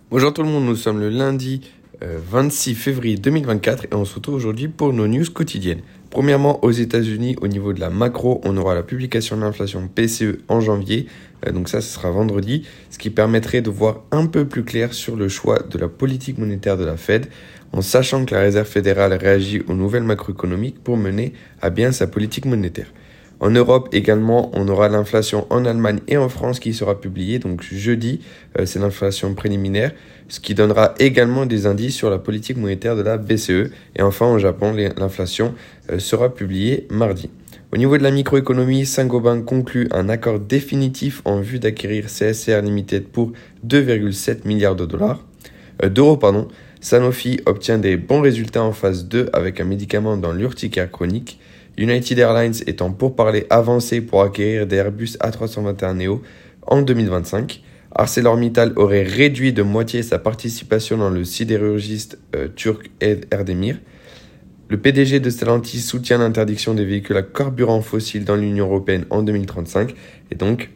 Bonjour tout le monde, nous sommes le lundi 26 février 2024 et on se retrouve aujourd'hui pour nos news quotidiennes. Premièrement, aux États-Unis, au niveau de la macro, on aura la publication de l'inflation PCE en janvier, donc ça, ce sera vendredi, ce qui permettrait de voir un peu plus clair sur le choix de la politique monétaire de la Fed, en sachant que la Réserve fédérale réagit aux nouvelles macroéconomiques pour mener à bien sa politique monétaire. En Europe également, on aura l'inflation en Allemagne et en France qui sera publiée. Donc jeudi, c'est l'inflation préliminaire, ce qui donnera également des indices sur la politique monétaire de la BCE. Et enfin, au Japon, l'inflation sera publiée mardi. Au niveau de la microéconomie, Saint-Gobain conclut un accord définitif en vue d'acquérir CSR Limited pour 2,7 milliards d'euros. Sanofi obtient des bons résultats en phase 2 avec un médicament dans l'urticaire chronique. United Airlines est en pourparlers avancés pour acquérir des Airbus A321neo en 2025. ArcelorMittal aurait réduit de moitié sa participation dans le sidérurgiste turc Erdemir. Le PDG de Stellantis soutient l'interdiction des véhicules à carburant fossile dans l'Union européenne en 2035. Et donc,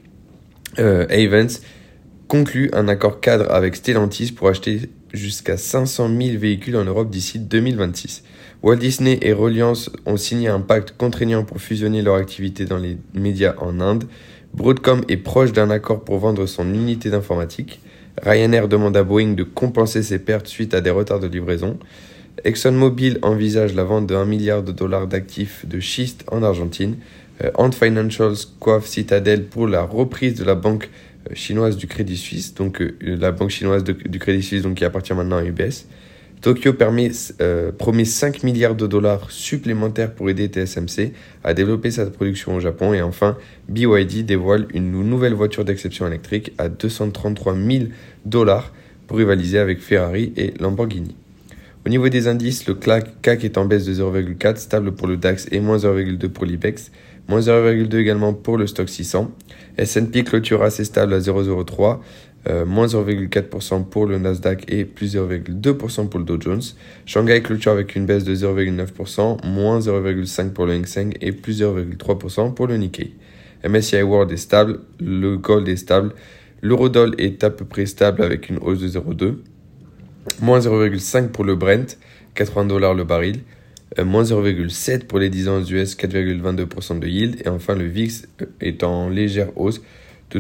Ayvens conclut un accord cadre avec Stellantis pour acheter jusqu'à 500 000 véhicules en Europe d'ici 2026. Walt Disney et Reliance ont signé un pacte contraignant pour fusionner leur activité dans les médias en Inde. Broadcom est proche d'un accord pour vendre son unité d'informatique. Ryanair demande à Boeing de compenser ses pertes suite à des retards de livraison. ExxonMobil envisage la vente de $1 milliard d'actifs de schiste en Argentine. Ant Financial coiffe Citadel pour la reprise de la banque chinoise du Crédit Suisse, donc la banque chinoise du Crédit Suisse donc, qui appartient maintenant à UBS. Tokyo promet 5 milliards de dollars supplémentaires pour aider TSMC à développer sa production au Japon. Et enfin, BYD dévoile une nouvelle voiture d'exception électrique à 233 000 dollars pour rivaliser avec Ferrari et Lamborghini. Au niveau des indices, le CAC est en baisse de 0,4, stable pour le DAX et moins 0,2 pour l'IBEX, moins 0,2 également pour le Stock 600. S&P clôture assez stable à 0,03, moins 0,4% pour le Nasdaq et plus 0,2% pour le Dow Jones. Shanghai clôture avec une baisse de 0,9%, moins 0,5% pour le Hang Seng et plus 0,3% pour le Nikkei. MSCI World est stable, le Gold est stable, l'Eurodoll est à peu près stable avec une hausse de 0,2%, moins 0,5% pour le Brent, $80 le baril, moins 0,7% pour les 10 ans US, 4,22% de yield. Et enfin, le VIX est en légère hausse de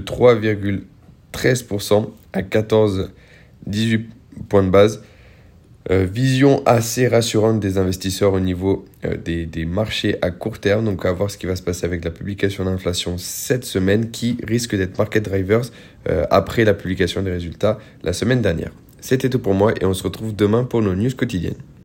3,13% à 14,18 points de base. Vision assez rassurante des investisseurs au niveau des marchés à court terme. Donc, à voir ce qui va se passer avec la publication d'inflation cette semaine qui risque d'être market drivers après la publication des résultats la semaine dernière. C'était tout pour moi et on se retrouve demain pour nos news quotidiennes.